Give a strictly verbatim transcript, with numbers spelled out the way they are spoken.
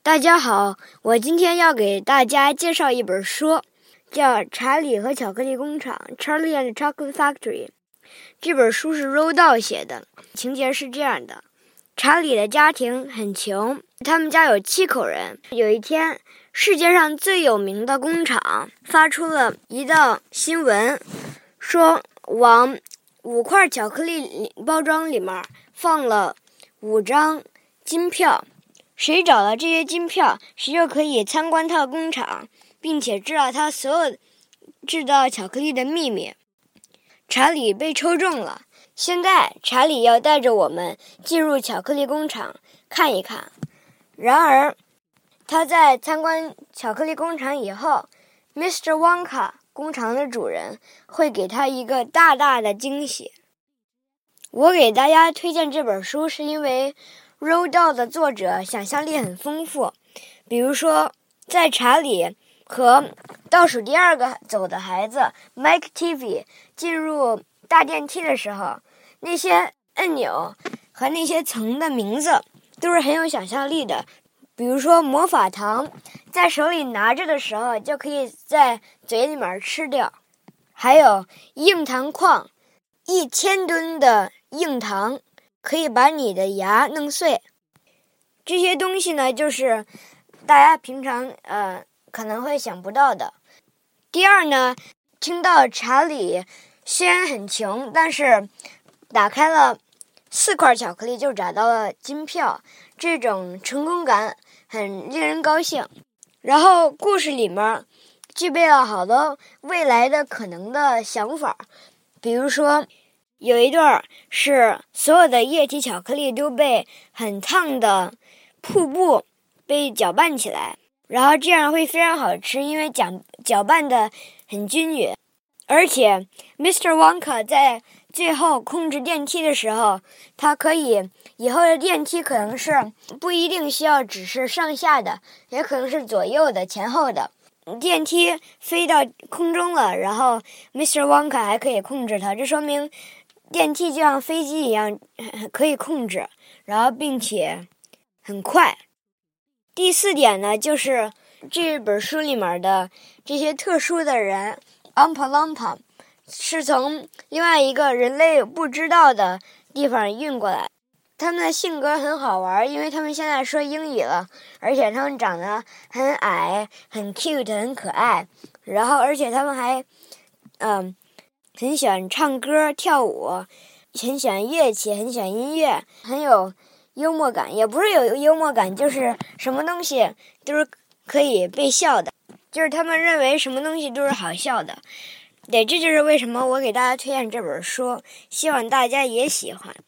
大家好，我今天要给大家介绍一本书，叫《查理和巧克力工厂》 （Charlie and the Chocolate Factory）。这本书是 Roald Dahl 写的，情节是这样的：查理的家庭很穷，他们家有七口人。有一天，世界上最有名的工厂发出了一道新闻，说往五块巧克力包装里面放了五张金票。谁找到这些金票，谁就可以参观他的工厂，并且知道他所有制造巧克力的秘密。查理被抽中了，现在查理要带着我们进入巧克力工厂看一看。然而，他在参观巧克力工厂以后 ，Mister Wonka 工厂的主人会给他一个大大的惊喜。我给大家推荐这本书，是因为Roald Dahl 的作者想象力很丰富，比如说，在查理和倒数第二个走的孩子 Mike Teavee 进入大电梯的时候，那些按钮和那些层的名字都是很有想象力的。比如说，魔法糖在手里拿着的时候就可以在嘴里面吃掉，还有硬糖矿，一千吨的硬糖可以把你的牙弄碎。这些东西呢，就是大家平常呃可能会想不到的。第二呢，听到查理虽然很穷，但是打开了四块巧克力就找到了金票，这种成功感很令人高兴。然后故事里面具备了好多未来的可能的想法，比如说有一段是所有的液体巧克力都被很烫的瀑布被搅拌起来，然后这样会非常好吃，因为搅搅拌的很均匀。而且 Mister Wonka 在最后控制电梯的时候，他可以以后的电梯可能是不一定需要只是上下的，也可能是左右的、前后的。电梯飞到空中了，然后 Mister Wonka 还可以控制它，这说明电梯就像飞机一样可以控制，然后并且很快。第四点呢，就是这本书里面的这些特殊的人 Oompa Loompa 是从另外一个人类不知道的地方运过来。他们的性格很好玩，因为他们现在说英语了，而且他们长得很矮，很 cute， 很可爱。然后而且他们还嗯很喜欢唱歌跳舞，很喜欢乐器，很喜欢音乐，很有幽默感，也不是有幽默感，就是什么东西都是可以被笑的，就是他们认为什么东西都是好笑的。对，这就是为什么我给大家推荐这本书，希望大家也喜欢。